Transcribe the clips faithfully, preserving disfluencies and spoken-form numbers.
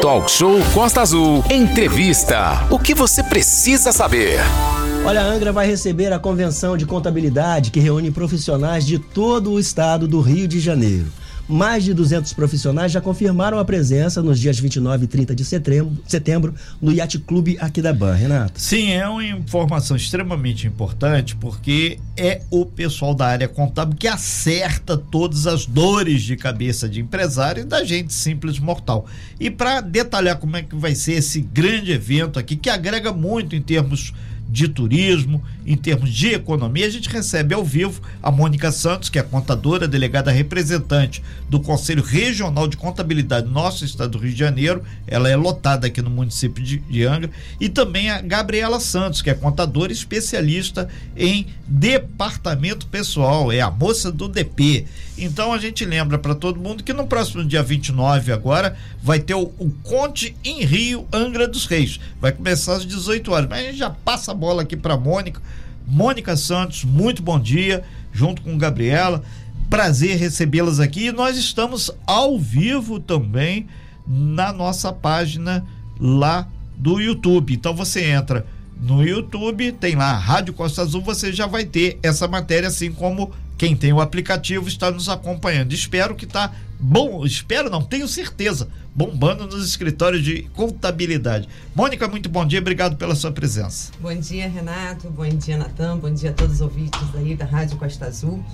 Talk Show Costa Azul. Entrevista. O que você precisa saber? Olha, a Angra vai receber a Convenção de Contabilidade, que reúne profissionais de todo o estado do Rio de Janeiro. Mais de duzentos profissionais já confirmaram a presença nos dias vinte e nove e trinta de setembro, setembro no Yacht Clube Aquidauã. Renato. Sim, é uma informação extremamente importante, porque é o pessoal da área contábil que acerta todas as dores de cabeça de empresário e da gente simples mortal. E para detalhar como é que vai ser esse grande evento aqui, que agrega muito em termos de turismo, em termos de economia, a gente recebe ao vivo a Mônica Santos, que é contadora, delegada representante do Conselho Regional de Contabilidade do nosso estado do Rio de Janeiro. Ela é lotada aqui no município de, de Angra, e também a Gabriela Santos, que é contadora especialista em departamento pessoal, é a moça do D P. Então a gente lembra para todo mundo que no próximo dia vinte e nove agora vai ter o, o Conte em Rio, Angra dos Reis. Vai começar às dezoito horas, mas a gente já passa a bola aqui para Mônica. Mônica Santos, muito bom dia, junto com Gabriela. Prazer recebê-las aqui. E nós estamos ao vivo também na nossa página lá do YouTube. Então você entra no YouTube, tem lá Rádio Costa Azul, você já vai ter essa matéria, assim como quem tem o aplicativo está nos acompanhando. Espero que tá bom, espero não, tenho certeza, bombando nos escritórios de contabilidade. Mônica, muito bom dia, obrigado pela sua presença. Bom dia, Renato, bom dia, Natan, bom dia a todos os ouvintes aí da Rádio Costa Azul.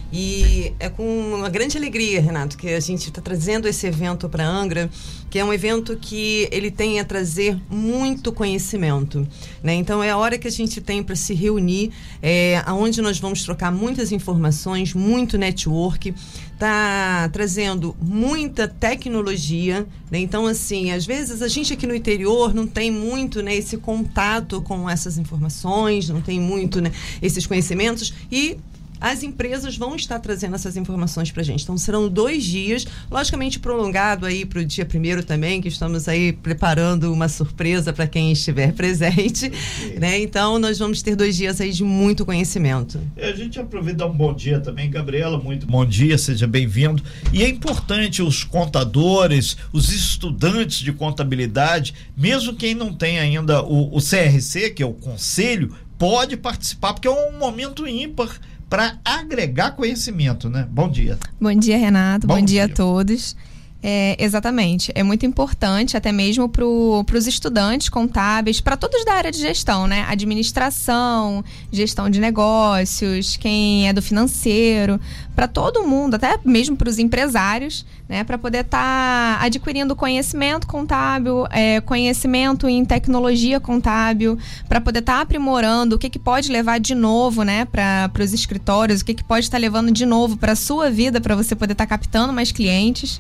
E é com uma grande alegria, Renato, que a gente está trazendo esse evento para Angra, que é um evento que ele tem a trazer muito conhecimento, né? Então é a hora que a gente tem para se reunir, é, onde nós vamos trocar muitas informações, muito network, tá trazendo muita tecnologia, né? Então, assim, às vezes a gente aqui no interior não tem muito, né, esse contato com essas informações, não tem muito, né, esses conhecimentos, e as empresas vão estar trazendo essas informações para a gente. Então, serão dois dias, logicamente prolongado aí para o dia primeiro também, que estamos aí preparando uma surpresa para quem estiver presente, né? Então, nós vamos ter dois dias aí de muito conhecimento. É, a gente aproveita e dá um bom dia também, Gabriela, muito bom dia, seja bem-vindo. E é importante os contadores, os estudantes de contabilidade, mesmo quem não tem ainda o, o C R C, que é o Conselho, pode participar, porque é um momento ímpar para agregar conhecimento, né? Bom dia. Bom dia, Renato. Bom, Bom dia. dia a todos. É, exatamente. É muito importante, até mesmo para os estudantes contábeis, para todos da área de gestão, né? Administração, gestão de negócios, quem é do financeiro, para todo mundo, até mesmo para os empresários, né? Para poder estar tá adquirindo conhecimento contábil, é, conhecimento em tecnologia contábil, para poder estar tá aprimorando o que, que pode levar de novo, né? Para os escritórios, o que, que pode estar tá levando de novo para a sua vida, para você poder estar tá captando mais clientes.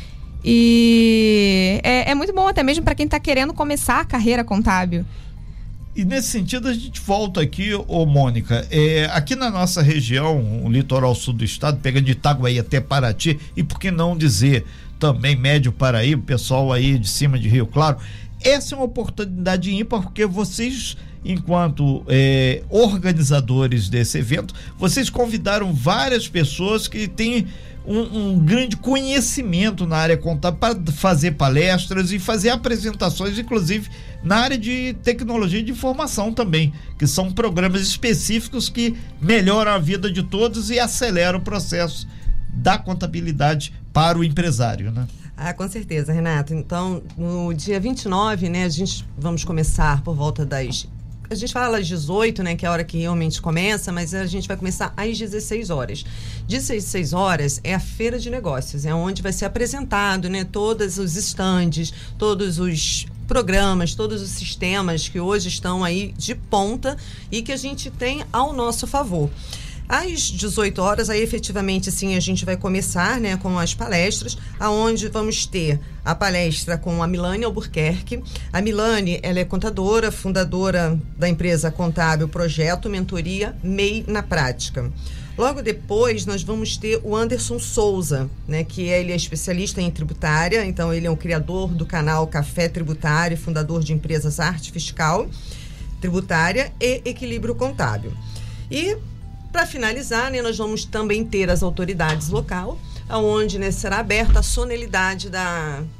E é, é muito bom até mesmo para quem está querendo começar a carreira contábil. E nesse sentido a gente volta aqui, ô Mônica, é, aqui na nossa região, o litoral sul do estado, pegando de Itaguaí até Paraty, e por que não dizer também Médio Paraíba, pessoal aí de cima de Rio Claro, essa é uma oportunidade ímpar, porque vocês, enquanto é, organizadores desse evento, vocês convidaram várias pessoas que têm Um, um grande conhecimento na área contábil para fazer palestras e fazer apresentações, inclusive na área de tecnologia de informação também, que são programas específicos que melhoram a vida de todos e aceleram o processo da contabilidade para o empresário, né? Ah, com certeza, Renato. Então, no dia vinte e nove, né, a gente vamos começar por volta das... A gente fala às dezoito, né, que é a hora que realmente começa, mas a gente vai começar às dezesseis horas. dezesseis horas é a feira de negócios, é onde vai ser apresentado, né, todos os estandes, todos os programas, todos os sistemas que hoje estão aí de ponta e que a gente tem ao nosso favor. Às dezoito horas, aí efetivamente assim, a gente vai começar, né, com as palestras, aonde vamos ter a palestra com a Milane Albuquerque. A Milane, ela é contadora, fundadora da empresa contábil Projeto Mentoria M E I na Prática. Logo depois, nós vamos ter o Anderson Souza, né, que ele é especialista em tributária, então ele é o criador do canal Café Tributário, fundador de empresas Arte Fiscal, Tributária e Equilíbrio Contábil. E para finalizar, né, nós vamos também ter as autoridades local, onde, né, será aberta a solenidade da,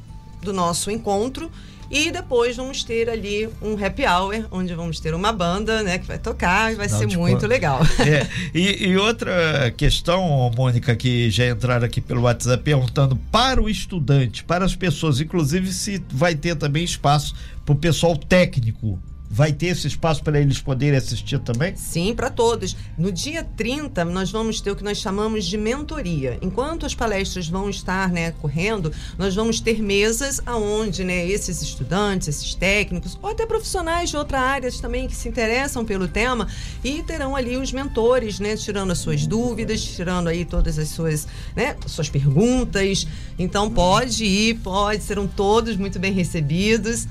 do nosso encontro. E depois vamos ter ali um happy hour, onde vamos ter uma banda, né, que vai tocar e vai Não, ser tipo, muito legal. É, e, e outra questão, Mônica, que já entraram aqui pelo WhatsApp perguntando para o estudante, para as pessoas, inclusive se vai ter também espaço para o pessoal técnico. Vai ter esse espaço para eles poderem assistir também? Sim, para todos. No dia trinta, nós vamos ter o que nós chamamos de mentoria. Enquanto as palestras vão estar, né, correndo, nós vamos ter mesas aonde, né, esses estudantes, esses técnicos, ou até profissionais de outras áreas também que se interessam pelo tema, e terão ali os mentores, né, tirando as suas dúvidas, tirando aí todas as suas, né, suas perguntas. Então pode ir, pode, serão todos muito bem recebidos.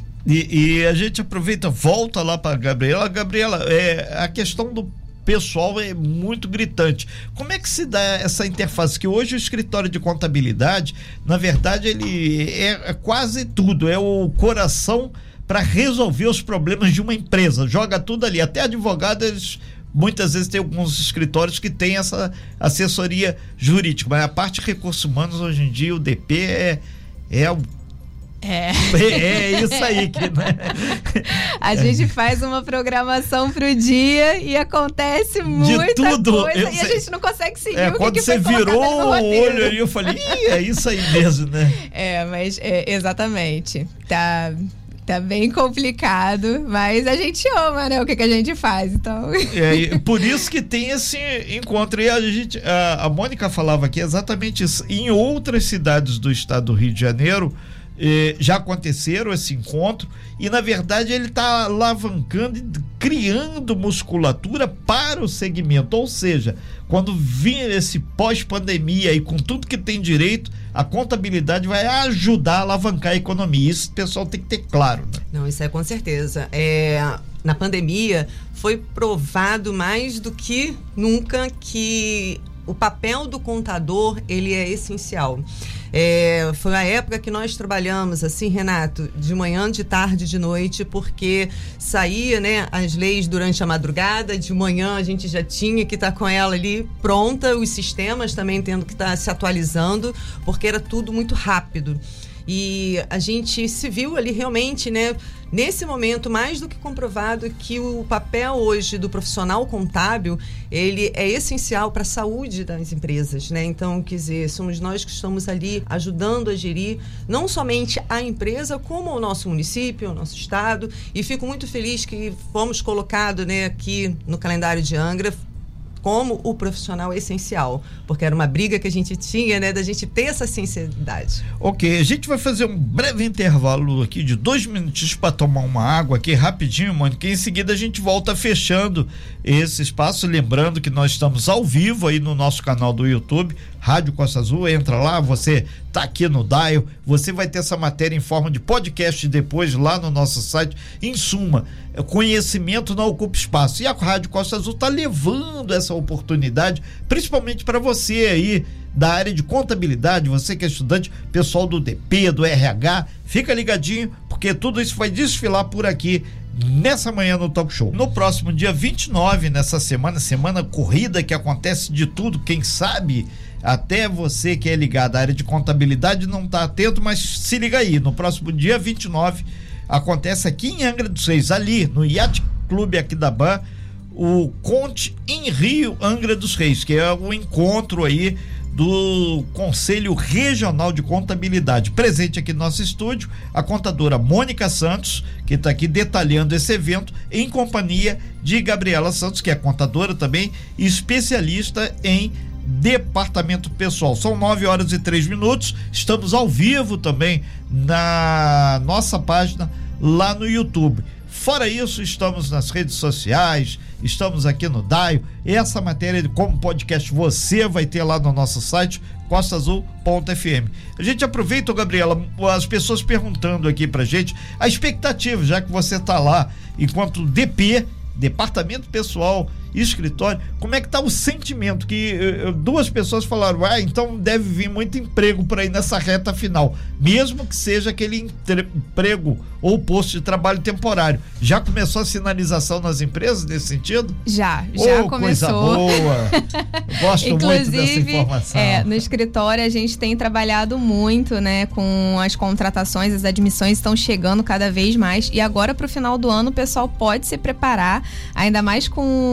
E, e a gente aproveita, volta lá para a Gabriela. Gabriela, é, a questão do pessoal é muito gritante. Como é que se dá essa interface? Que hoje o escritório de contabilidade, na verdade, ele é, é quase tudo, é o coração para resolver os problemas de uma empresa. Joga tudo ali, até advogado, eles muitas vezes tem alguns escritórios que tem essa assessoria jurídica, mas a parte de recursos humanos hoje em dia, o D P é, é o É. É, é isso aí que, né? A gente faz uma programação pro dia e acontece muita tudo. coisa Eu e sei. a gente não consegue seguir É, o que, quando que você foi colocado virou ali no o roteiro. olho ali, eu falei, Ih, é isso aí mesmo, né? É, mas é, exatamente. Tá, tá bem complicado, mas a gente ama, né? O que, que a gente faz, então. É, e por isso que tem esse encontro. E a gente, a, a Mônica falava aqui exatamente isso. Em outras cidades do estado do Rio de Janeiro, Eh, já aconteceram esse encontro e na verdade ele está alavancando e criando musculatura para o segmento, ou seja, quando vir esse pós-pandemia e com tudo que tem direito, a contabilidade vai ajudar a alavancar a economia. Isso o pessoal tem que ter claro, né? Não, isso é com certeza. É, na pandemia foi provado mais do que nunca que o papel do contador, ele é essencial. É, foi a época que nós trabalhamos assim, Renato, de manhã, de tarde, de noite, porque saía, né, as leis durante a madrugada, de manhã a gente já tinha que estar com ela ali pronta, os sistemas também tendo que estar se atualizando, porque era tudo muito rápido. E a gente se viu ali realmente, né, nesse momento, mais do que comprovado que o papel hoje do profissional contábil, ele é essencial para a saúde das empresas, né? Então, quer dizer, somos nós que estamos ali ajudando a gerir não somente a empresa, como o nosso município, o nosso estado, e fico muito feliz que fomos colocados, né, aqui no calendário de Angra como o profissional essencial, porque era uma briga que a gente tinha, né, da gente ter essa sinceridade. Ok, a gente vai fazer um breve intervalo aqui de dois minutinhos para tomar uma água aqui rapidinho, Mônica, e em seguida a gente volta fechando esse espaço, lembrando que nós estamos ao vivo aí no nosso canal do YouTube, Rádio Costa Azul, entra lá, você tá aqui no Dial, você vai ter essa matéria em forma de podcast depois lá no nosso site. Em suma, conhecimento não ocupa espaço, e a Rádio Costa Azul tá levando essa oportunidade, principalmente para você aí da área de contabilidade, você que é estudante, pessoal do D P, do R H, fica ligadinho, porque tudo isso vai desfilar por aqui nessa manhã no Talk Show. No próximo dia vinte e nove, nessa semana, semana corrida que acontece de tudo, quem sabe até você que é ligado à área de contabilidade não está atento, mas se liga aí, no próximo dia vinte e nove acontece aqui em Angra dos Reis, ali no Yacht Clube aqui da Ban, o Conte em Rio Angra dos Reis, que é o encontro aí do Conselho Regional de Contabilidade. Presente aqui no nosso estúdio, a contadora Mônica Santos, que está aqui detalhando esse evento, em companhia de Gabriela Santos, que é contadora também e especialista em departamento pessoal. São nove horas e três minutos, estamos ao vivo também na nossa página lá no YouTube. Fora isso, estamos nas redes sociais, estamos aqui no Daio. Essa matéria como podcast você vai ter lá no nosso site, costa azul ponto f m. A gente aproveita, Gabriela, as pessoas perguntando aqui pra gente a expectativa, já que você tá lá enquanto D P, Departamento Pessoal, escritório, como é que está o sentimento? Que uh, duas pessoas falaram, ah, então deve vir muito emprego por aí nessa reta final, mesmo que seja aquele entre- emprego ou posto de trabalho temporário. Já começou a sinalização nas empresas nesse sentido? Já, já oh, começou. Coisa boa. Gosto muito dessa informação. É, no escritório a gente tem trabalhado muito, né, com as contratações, as admissões estão chegando cada vez mais e agora para o final do ano o pessoal pode se preparar, ainda mais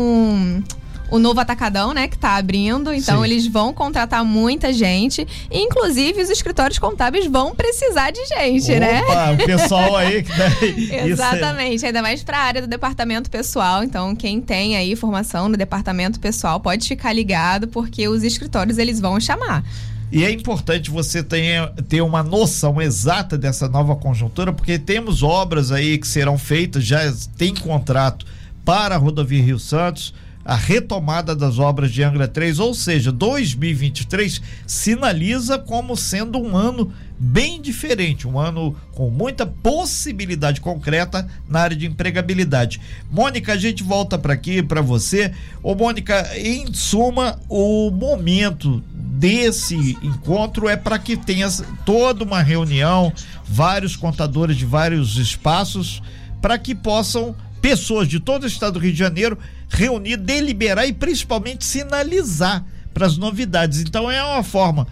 com o novo atacadão, né, que tá abrindo, então Sim. eles vão contratar muita gente, e, inclusive os escritórios contábeis vão precisar de gente, Opa, né? o pessoal aí que deve... Exatamente, é... ainda mais para a área do departamento pessoal, então quem tem aí formação no departamento pessoal pode ficar ligado, porque os escritórios eles vão chamar. E é importante você ter, ter uma noção exata dessa nova conjuntura, porque temos obras aí que serão feitas, já tem contrato para a rodovia Rio Santos, a retomada das obras de Angra três, ou seja, dois mil e vinte e três sinaliza como sendo um ano bem diferente, um ano com muita possibilidade concreta na área de empregabilidade. Mônica, a gente volta para aqui, para você. Ô Mônica, em suma, o momento desse encontro é para que tenha toda uma reunião, vários contadores de vários espaços, para que possam pessoas de todo o estado do Rio de Janeiro reunir, deliberar e principalmente sinalizar para as novidades. Então é uma forma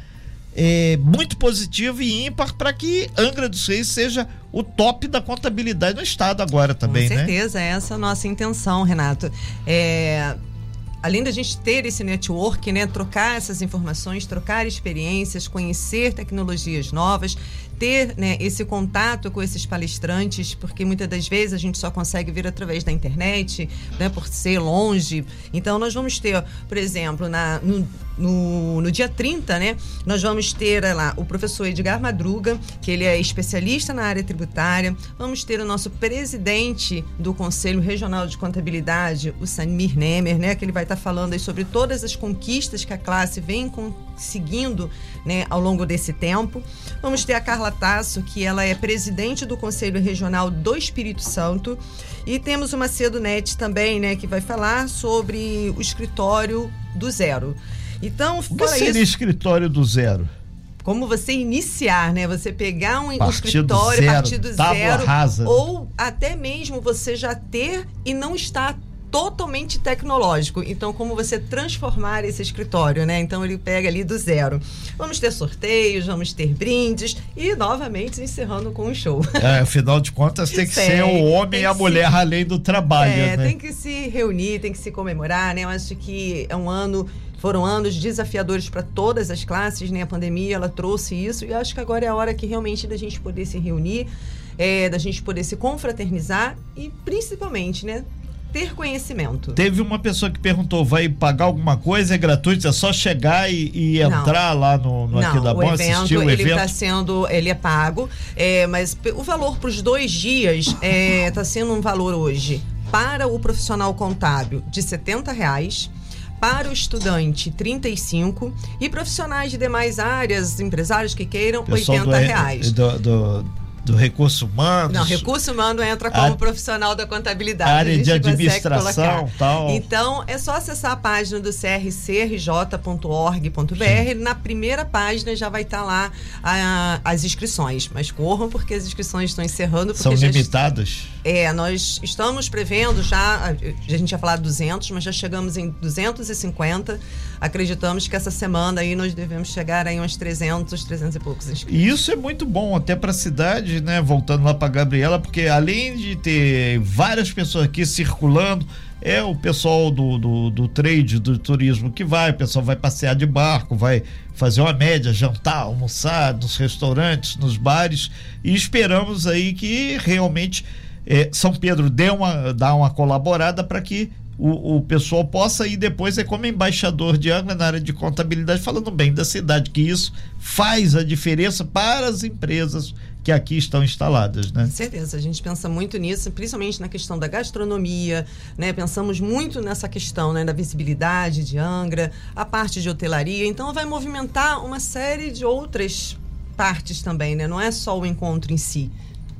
é, muito positiva e ímpar para que Angra dos Reis seja o top da contabilidade no estado agora também, né? Com certeza, né? Essa é a nossa intenção, Renato. É... Além da gente ter esse network, né, trocar essas informações, trocar experiências, conhecer tecnologias novas, ter, né, esse contato com esses palestrantes, porque muitas das vezes a gente só consegue ver através da internet, né, por ser longe. Então nós vamos ter, por exemplo, na, no, no, no dia trinta, né, nós vamos ter lá o professor Edgar Madruga, que ele é especialista na área tributária. Vamos ter o nosso presidente do Conselho Regional de Contabilidade, o Samir Nemer, né, que ele vai estar falando aí sobre todas as conquistas que a classe vem conseguindo, né, ao longo desse tempo. Vamos ter a Carla Tasso, que ela é presidente do Conselho Regional do Espírito Santo, e temos o Macedo Net também, né, que vai falar sobre o escritório do zero. Então, o que seria isso, escritório do zero? Como você iniciar, né? Você pegar um, um escritório, zero, partir do zero, rasa, ou até mesmo você já ter e não estar totalmente tecnológico. Então, como você transformar esse escritório, né? Então, ele pega ali do zero. Vamos ter sorteios, vamos ter brindes e, novamente, encerrando com um show. É, afinal de contas, tem que tem, ser o homem e a mulher se... além do trabalho, é, né? Tem que se reunir, tem que se comemorar, né? Eu acho que é um ano... Foram anos desafiadores para todas as classes, né? A pandemia, ela trouxe isso, e acho que agora é a hora que realmente da gente poder se reunir, é, da gente poder se confraternizar e, principalmente, né? Ter conhecimento. Teve uma pessoa que perguntou, vai pagar alguma coisa? É gratuito? É só chegar e, e entrar lá no, no Não, Aqui da Bom, assistir o evento? Ele está sendo, ele é pago, é, mas o valor para os dois dias está é, tá sendo um valor hoje para o profissional contábil de setenta reais, para o estudante trinta e cinco e profissionais de demais áreas, empresários que queiram, pessoal oitenta reais. Do, do, do recurso humano. Não, recurso humano entra como a, profissional da contabilidade. Área de administração, tal. Então, é só acessar a página do c r c r j ponto org ponto b r. Na primeira página já vai estar lá a, as inscrições. Mas corram, porque as inscrições estão encerrando. São já limitadas? É, nós estamos prevendo já, a gente ia falar duzentos, mas já chegamos em duzentos e cinquenta. Acreditamos que essa semana aí nós devemos chegar aí uns trezentos, trezentos e poucos inscritos. E isso é muito bom até para a cidade, né? Voltando lá para Gabriela, porque além de ter várias pessoas aqui circulando, é o pessoal do, do, do trade, do turismo que vai, o pessoal vai passear de barco, vai fazer uma média, jantar, almoçar nos restaurantes, nos bares, e esperamos aí que realmente é, São Pedro dê uma, dá uma colaborada para que O, o pessoal possa ir depois é como embaixador de Angra na área de contabilidade, falando bem da cidade, que isso faz a diferença para as empresas que aqui estão instaladas, né? Com certeza, a gente pensa muito nisso, principalmente na questão da gastronomia, né? Pensamos muito nessa questão, né, da visibilidade de Angra, a parte de hotelaria, então vai movimentar uma série de outras partes também, né? Não é só o encontro em si.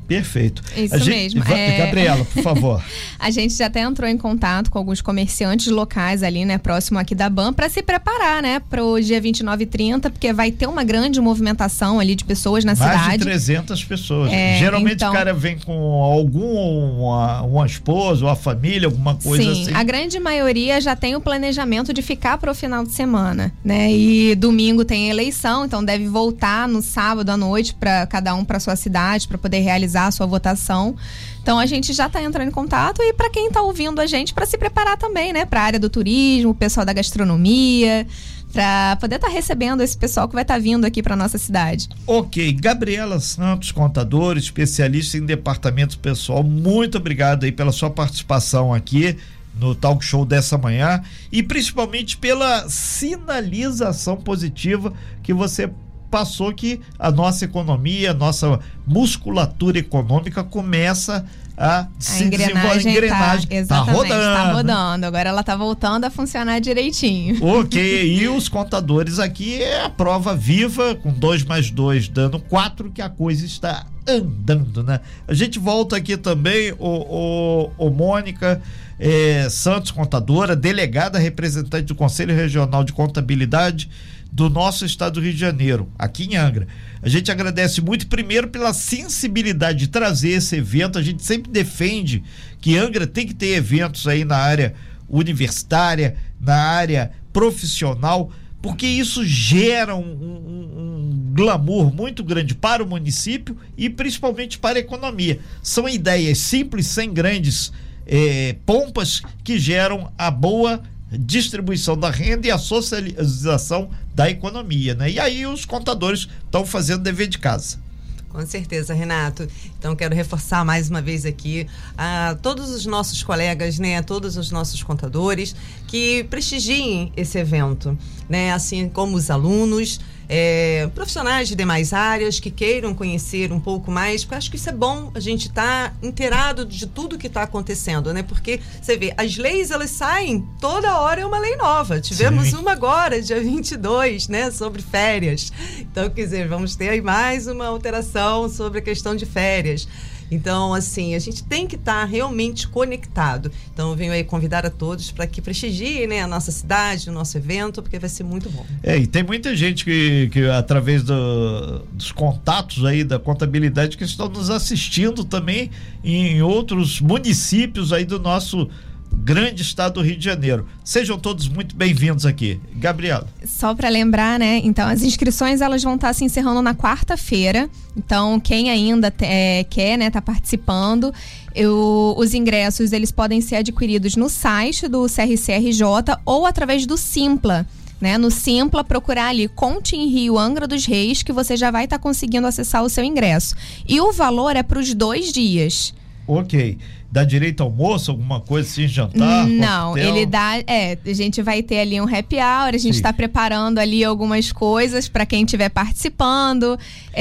Perfeito. Isso a gente, mesmo. Va- É... Gabriela, por favor. A gente já até entrou em contato com alguns comerciantes locais ali, né, próximo aqui da B A M, para se preparar, né, pro dia vinte e nove e trinta, porque vai ter uma grande movimentação ali de pessoas na Mais cidade. de trezentas pessoas. É, Geralmente então... o cara vem com algum, uma, uma esposa ou a família, alguma coisa Sim, assim. a grande maioria já tem o planejamento de ficar pro final de semana, né, e domingo tem eleição, então deve voltar no sábado à noite para cada um para sua cidade, para poder realizar a sua votação. Então a gente já está entrando em contato e para quem está ouvindo a gente, para se preparar também, né, para a área do turismo, o pessoal da gastronomia, para poder estar tá recebendo esse pessoal que vai estar tá vindo aqui para nossa cidade. Ok, Gabriela Santos, contadora, especialista em departamento pessoal, muito obrigado aí pela sua participação aqui no Talk Show dessa manhã e principalmente pela sinalização positiva que você passou, que a nossa economia, a nossa musculatura econômica começa a, a se desenvolver. A engrenagem tá, está rodando. Está rodando. Agora ela está voltando a funcionar direitinho. Ok, e os contadores aqui é a prova viva, com dois mais dois dando quatro, que a coisa está andando, né? A gente volta aqui também, o, o, o Mônica é, Santos, contadora, delegada representante do Conselho Regional de Contabilidade do nosso estado do Rio de Janeiro, aqui em Angra. A gente agradece muito, primeiro, pela sensibilidade de trazer esse evento. A gente sempre defende que Angra tem que ter eventos aí na área universitária, na área profissional, porque isso gera um, um, um glamour muito grande para o município e principalmente para a economia. São ideias simples, sem grandes eh, pompas, que geram a boa distribuição da renda e a socialização da economia, né? E aí os contadores estão fazendo dever de casa. Com certeza, Renato. Então, quero reforçar mais uma vez aqui a todos os nossos colegas, né, a todos os nossos contadores que prestigiem esse evento, né, assim como os alunos, é, profissionais de demais áreas que queiram conhecer um pouco mais, porque acho que isso é bom, a gente estar tá inteirado de tudo que está acontecendo, né? Porque você vê, as leis, elas saem, toda hora é uma lei nova. Tivemos Sim. uma agora, dia vinte e dois, né? Sobre férias. Então, quer dizer, vamos ter aí mais uma alteração sobre a questão de férias. Então, assim, a gente tem que estar tá realmente conectado. Então, eu venho aí convidar a todos para que prestigiem, né, a nossa cidade, o nosso evento, porque vai ser muito bom. É, e tem muita gente que, que através do, dos contatos aí da contabilidade, que estão nos assistindo também em outros municípios aí do nosso grande estado do Rio de Janeiro. Sejam todos muito bem-vindos aqui. Gabriela. Só para lembrar, né? Então, as inscrições, elas vão estar tá se encerrando na quarta-feira. Então, quem ainda é, quer, né, tá participando, eu, os ingressos, eles podem ser adquiridos no site do C R C R J ou através do Simpla. Né? No Simpla, procurar ali Conte em Rio Angra dos Reis, que você já vai estar tá conseguindo acessar o seu ingresso. E o valor é para os dois dias. Ok. Dá direito ao almoço, alguma coisa assim, jantar? Não, coquetel? ele dá. É, a gente vai ter ali um happy hour, a gente está preparando ali algumas coisas para quem estiver participando.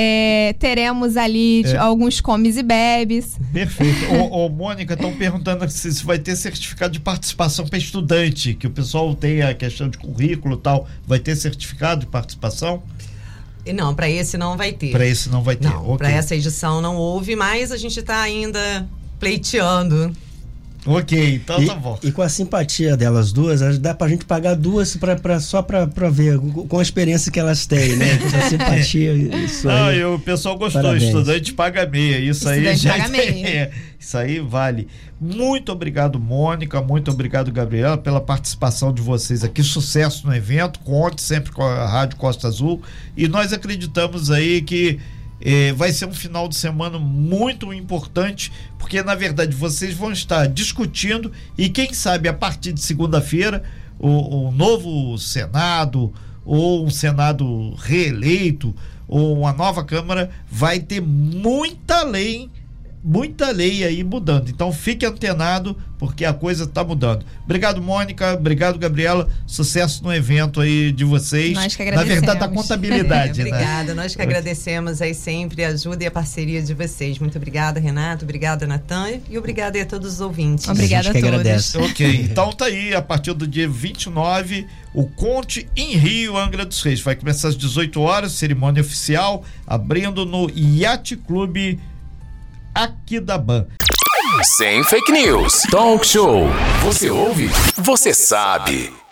É, teremos ali é. alguns comes e bebes. Perfeito. Ô, ô Mônica, estão perguntando se, se vai ter certificado de participação para estudante, que o pessoal tem a questão de currículo e tal. Vai ter certificado de participação? Não, para esse não vai ter. Para esse não vai ter. Não, okay. Para essa edição não houve, mas a gente está ainda pleiteando. Ok, então e, tá bom. E com a simpatia delas duas, dá pra gente pagar duas pra, pra, só pra, pra ver, com a experiência que elas têm, né? Com a simpatia, isso aí. Ah, o pessoal gostou, Parabéns. Estudante paga meia, isso estudante aí já paga meia. É, isso aí vale. Muito obrigado, Mônica, muito obrigado, Gabriela, pela participação de vocês aqui, sucesso no evento, conte sempre com a Rádio Costa Azul, e nós acreditamos aí que É, vai ser um final de semana muito importante, porque na verdade vocês vão estar discutindo e quem sabe a partir de segunda-feira o, o novo Senado ou um Senado reeleito ou uma nova Câmara vai ter muita lei muita lei aí mudando, então fique antenado porque a coisa está mudando. Obrigado, Mônica, obrigado, Gabriela, sucesso no evento aí de vocês, nós que na verdade da contabilidade. É, obrigada, né? Nós que agradecemos aí sempre a ajuda e a parceria de vocês. Muito obrigada, Renato, obrigada, Natan, e obrigada aí a todos os ouvintes. Obrigada a, a todos. Agradece. Ok, então tá aí, a partir do dia vinte e nove, o Conte em Rio, Angra dos Reis, vai começar às dezoito horas, cerimônia oficial, abrindo no Yacht Clube aqui da Ban. Sem fake news. Talk show. Você ouve? Você sabe.